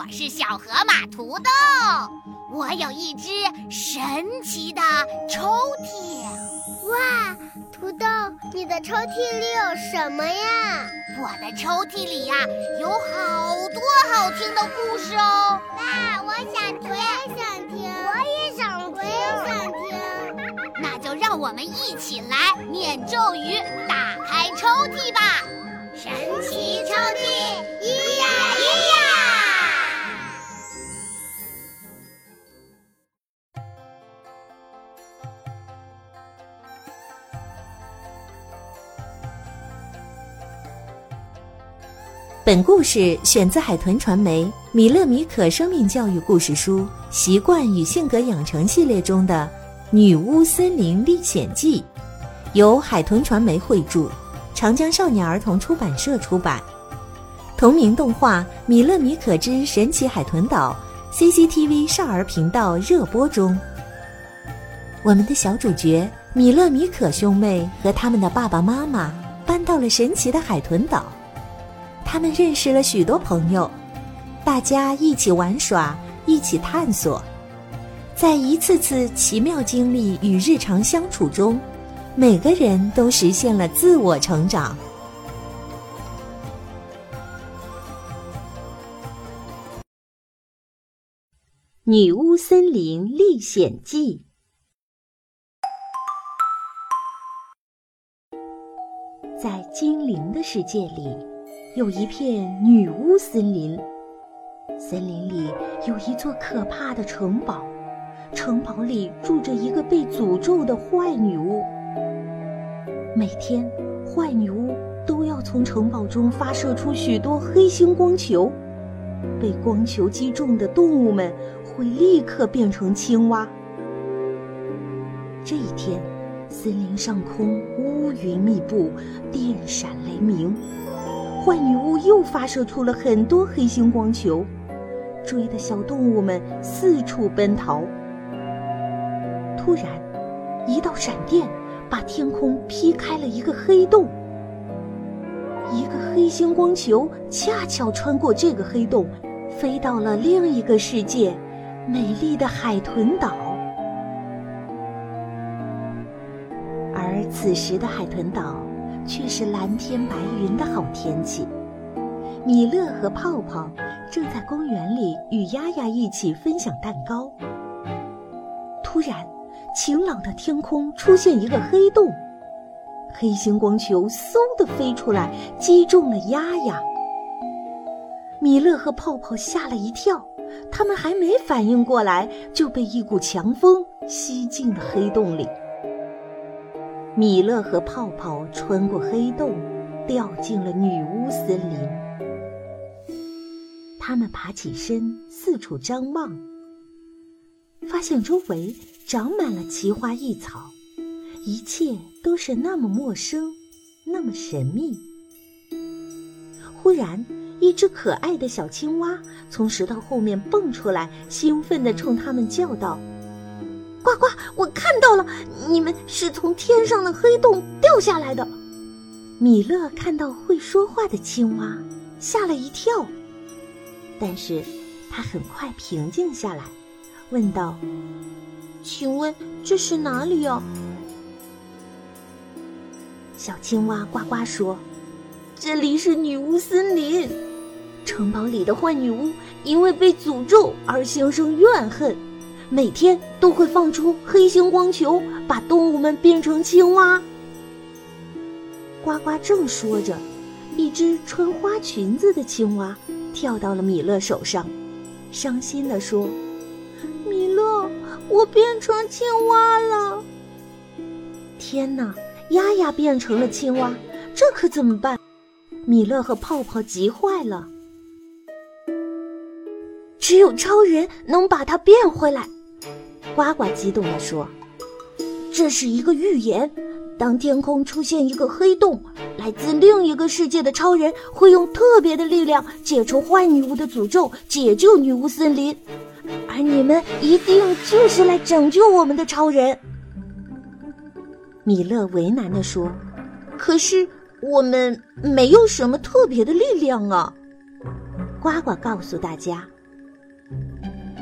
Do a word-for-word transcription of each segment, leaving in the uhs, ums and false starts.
我是小河马土豆，我有一只神奇的抽屉。 哇，土豆，你的抽屉里有什么呀？ 我的抽屉里呀、啊，有好多好听的故事哦。 爸，我想听，我也想听，我也想听，我也想听。 那就让我们一起来念咒语，打开抽屉吧。神奇抽屉，咿呀咿呀！ 本故事选自海豚传媒米勒米可生命教育故事书《习惯与性格养成》系列中的《女巫森林历险记》，由海豚传媒绘著，长江少年儿童出版社出版。同名动画《米勒米可之神奇海豚岛》 C C T V 少儿频道热播中。我们的小主角米勒米可兄妹和他们的爸爸妈妈搬到了神奇的海豚岛。他们认识了许多朋友，大家一起玩耍，一起探索。在一次次奇妙经历与日常相处中，每个人都实现了自我成长。女巫森林历险记。在精灵的世界里，有一片女巫森林，森林里有一座可怕的城堡，城堡里住着一个被诅咒的坏女巫。每天，坏女巫都要从城堡中发射出许多黑星光球，被光球击中的动物们会立刻变成青蛙。这一天，森林上空乌云密布，电闪雷鸣，坏女巫又发射出了很多黑星光球，追的小动物们四处奔逃。突然，一道闪电把天空劈开了一个黑洞，一个黑星光球恰巧穿过这个黑洞，飞到了另一个世界——美丽的海豚岛。而此时的海豚岛却是蓝天白云的好天气。米勒和泡泡正在公园里与丫丫一起分享蛋糕。突然，晴朗的天空出现一个黑洞，黑星光球嗖地飞出来，击中了丫丫。米勒和泡泡吓了一跳，他们还没反应过来，就被一股强风吸进了黑洞里。米勒和泡泡穿过黑洞，掉进了女巫森林。他们爬起身，四处张望，发现周围长满了奇花异草，一切都是那么陌生，那么神秘。忽然，一只可爱的小青蛙从石头后面蹦出来，兴奋地冲他们叫道：呱呱，我看到了，你们是从天上的黑洞掉下来的。米勒看到会说话的青蛙，吓了一跳，但是他很快平静下来，问道：请问这是哪里啊？小青蛙呱呱说：这里是女巫森林，城堡里的坏女巫因为被诅咒而心生怨恨，每天都会放出黑星光球，把动物们变成青蛙。呱呱正说着，一只穿花裙子的青蛙跳到了米勒手上，伤心地说：米勒，我变成青蛙了。天哪，丫丫变成了青蛙，这可怎么办？米勒和泡泡急坏了。只有超人能把它变回来，呱呱激动地说：这是一个预言，当天空出现一个黑洞，来自另一个世界的超人会用特别的力量解除坏女巫的诅咒，解救女巫森林，而你们一定就是来拯救我们的超人。米勒为难地说：可是我们没有什么特别的力量啊。呱呱告诉大家，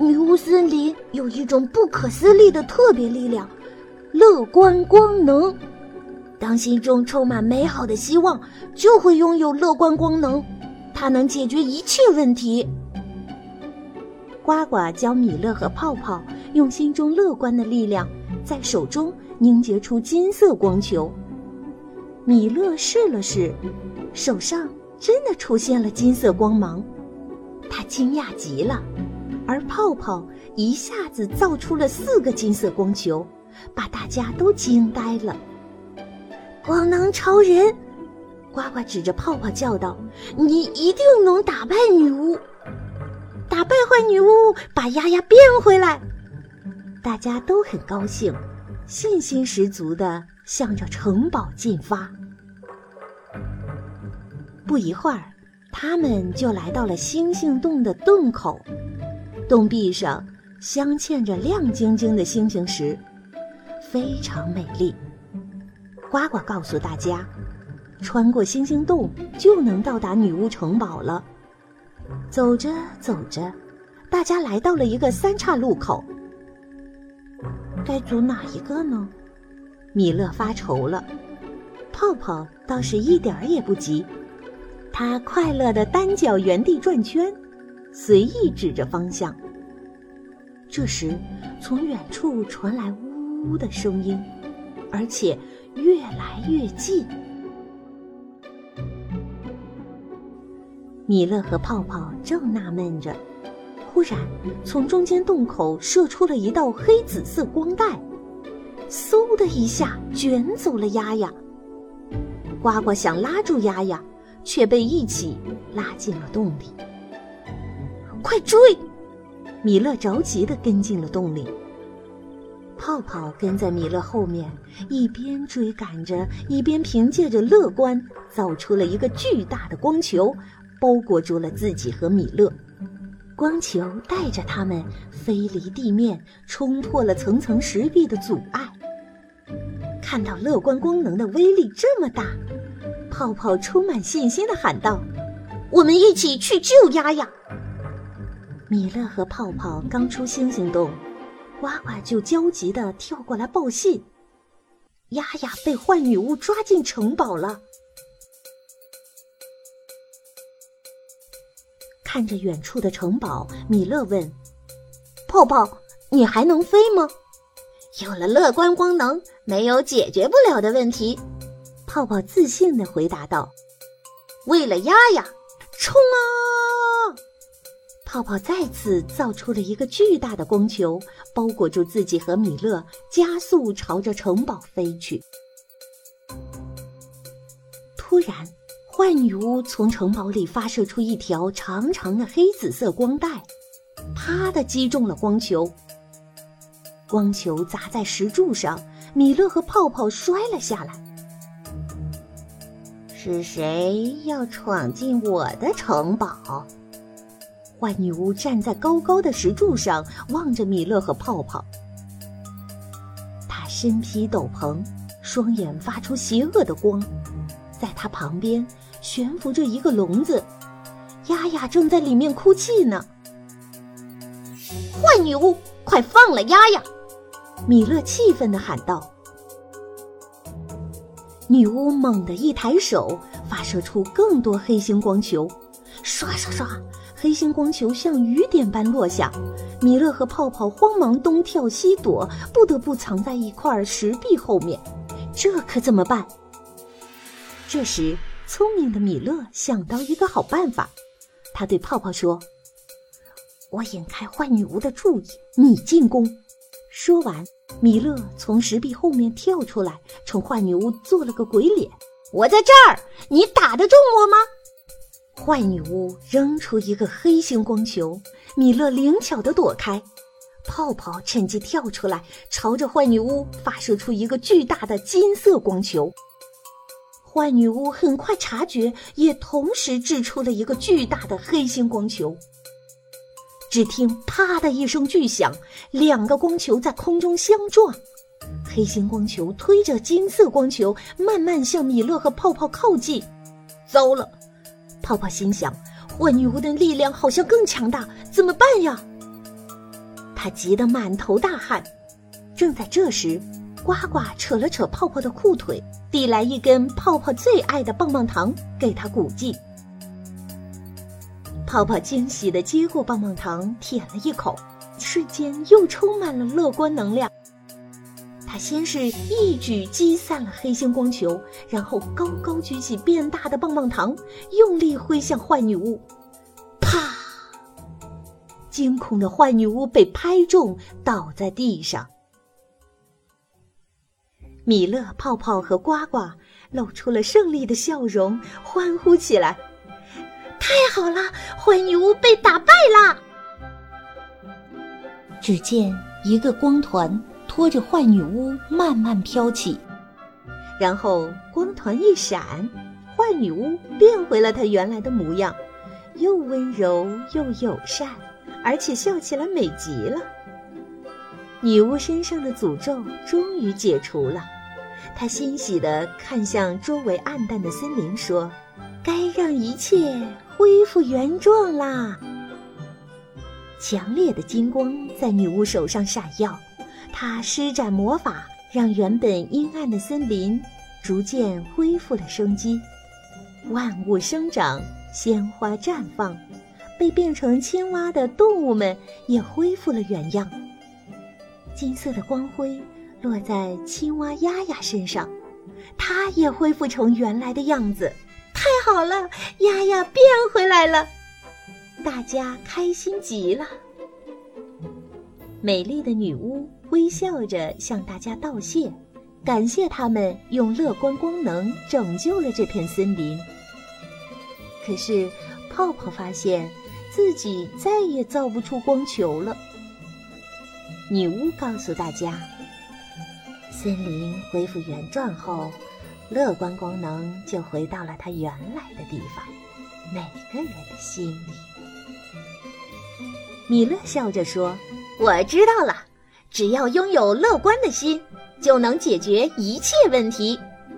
女巫森林有一种不可思议的特别力量——乐观光能。当心中充满美好的希望，就会拥有乐观光能，它能解决一切问题。 呱呱教米勒和泡泡用心中乐观的力量，在手中凝结出金色光球。米勒试了试，手上真的出现了金色光芒，他惊讶极了。而泡泡一下子造出了四个金色光球，把大家都惊呆了。 光能超人！ 呱呱指着泡泡叫道：“ 你一定能打败女巫！ 打败坏女巫，把丫丫变回来！”大家都很高兴，信心十足地向着城堡进发。不一会儿，他们就来到了星星洞的洞口，洞壁上镶嵌着亮晶晶的星星石，非常美丽。呱呱告诉大家，穿过星星洞就能到达女巫城堡了。走着走着，大家来到了一个三岔路口。该走哪一个呢？米勒发愁了。泡泡倒是一点儿也不急，他快乐地单脚原地转圈，随意指着方向。这时，从远处传来呜呜的声音，而且越来越近。米勒和泡泡正纳闷着，忽然从中间洞口射出了一道黑紫色光带，嗖的一下卷走了丫丫。呱呱想拉住丫丫，却被一起拉进了洞里。 快追！ 米勒着急地跟进了洞里。泡泡跟在米勒后面，一边追赶着，一边凭借着乐观造出了一个巨大的光球，包裹住了自己和米勒。光球带着他们飞离地面，冲破了层层石壁的阻碍。看到乐观光能的威力这么大，泡泡充满信心地喊道：“ 我们一起去救丫丫！” 米勒和泡泡刚出星星洞，呱呱就焦急地跳过来报信：丫丫被坏女巫抓进城堡了。看着远处的城堡，米勒问：“ 泡泡，你还能飞吗？”“有了乐观光能，没有解决不了的问题。” 泡泡自信地回答道。 “为了丫丫，冲啊！” 泡泡再次造出了一个巨大的光球，包裹住自己和米勒，加速朝着城堡飞去。突然，坏女巫从城堡里发射出一条长长的黑紫色光带，啪地击中了光球。光球砸在石柱上，米勒和泡泡摔了下来。 是谁要闯进我的城堡？ 坏女巫站在高高的石柱上，望着米勒和泡泡。她身披斗篷，双眼发出邪恶的光，在她旁边悬浮着一个笼子，丫丫正在里面哭泣呢。 坏女巫，快放了丫丫！ 米勒气愤地喊道。女巫猛地一抬手，发射出更多黑星光球，刷刷刷，黑星光球像雨点般落下。米勒和泡泡慌忙东跳西躲，不得不藏在一块石壁后面。这可怎么办？这时，聪明的米勒想到一个好办法，他对泡泡说：“我引开坏女巫的注意，你进攻。”说完，米勒从石壁后面跳出来，冲坏女巫做了个鬼脸：“ 我在这儿，你打得中我吗？” 坏女巫扔出一个黑星光球，米勒灵巧地躲开。泡泡趁机跳出来，朝着坏女巫发射出一个巨大的金色光球。坏女巫很快察觉，也同时掷出了一个巨大的黑星光球。只听啪的一声巨响，两个光球在空中相撞，黑星光球推着金色光球慢慢向米勒和泡泡靠近。糟了！泡泡心想，坏女巫的力量好像更强大，怎么办呀？ 他急得满头大汗。正在这时，呱呱扯了扯泡泡的裤腿，递来一根泡泡最爱的棒棒糖给他鼓劲。泡泡惊喜地接过棒棒糖，舔了一口，瞬间又充满了乐观能量。他先是一举击散了黑星光球，然后高高举起变大的棒棒糖，用力挥向坏女巫。啪！惊恐的坏女巫被拍中，倒在地上。米勒、泡泡和呱呱露出了胜利的笑容，欢呼起来。太好了，坏女巫被打败了！只见一个光团拖着坏女巫慢慢飘起，然后光团一闪，坏女巫变回了她原来的模样，又温柔又友善，而且笑起来美极了。女巫身上的诅咒终于解除了，她欣喜地看向周围暗淡的森林，说：该让一切恢复原状啦！强烈的金光在女巫手上闪耀，她施展魔法，让原本阴暗的森林逐渐恢复了生机。万物生长，鲜花绽放，被变成青蛙的动物们也恢复了原样。金色的光辉落在青蛙丫丫身上，它也恢复成原来的样子。太好了，丫丫变回来了，大家开心极了。美丽的女巫微笑着向大家道谢，感谢他们用乐观光能拯救了这片森林。可是泡泡发现自己再也造不出光球了。女巫告诉大家，森林恢复原状后，乐观光能就回到了它原来的地方，每个人的心里。米勒笑着说：我知道了，只要拥有乐观的心，就能解决一切问题。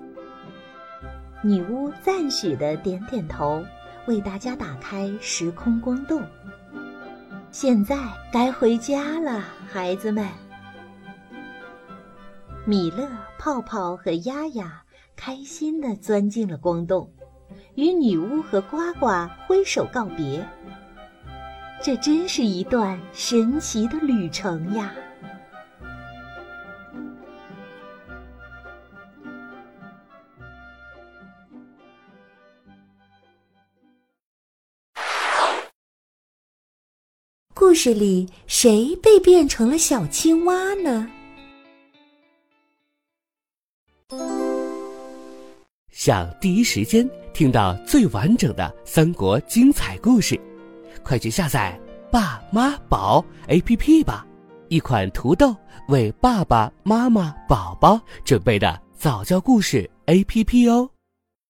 女巫赞许地点点头，为大家打开时空光洞。现在该回家了，孩子们。米勒、泡泡和丫丫开心地钻进了光洞，与女巫和呱呱挥手告别。这真是一段神奇的旅程呀！ 故事里谁被变成了小青蛙呢？ 想第一时间听到最完整的三国精彩故事，快去下载爸妈宝 A P P 吧，一款土豆为爸爸妈妈宝宝准备的早教故事 A P P 哦。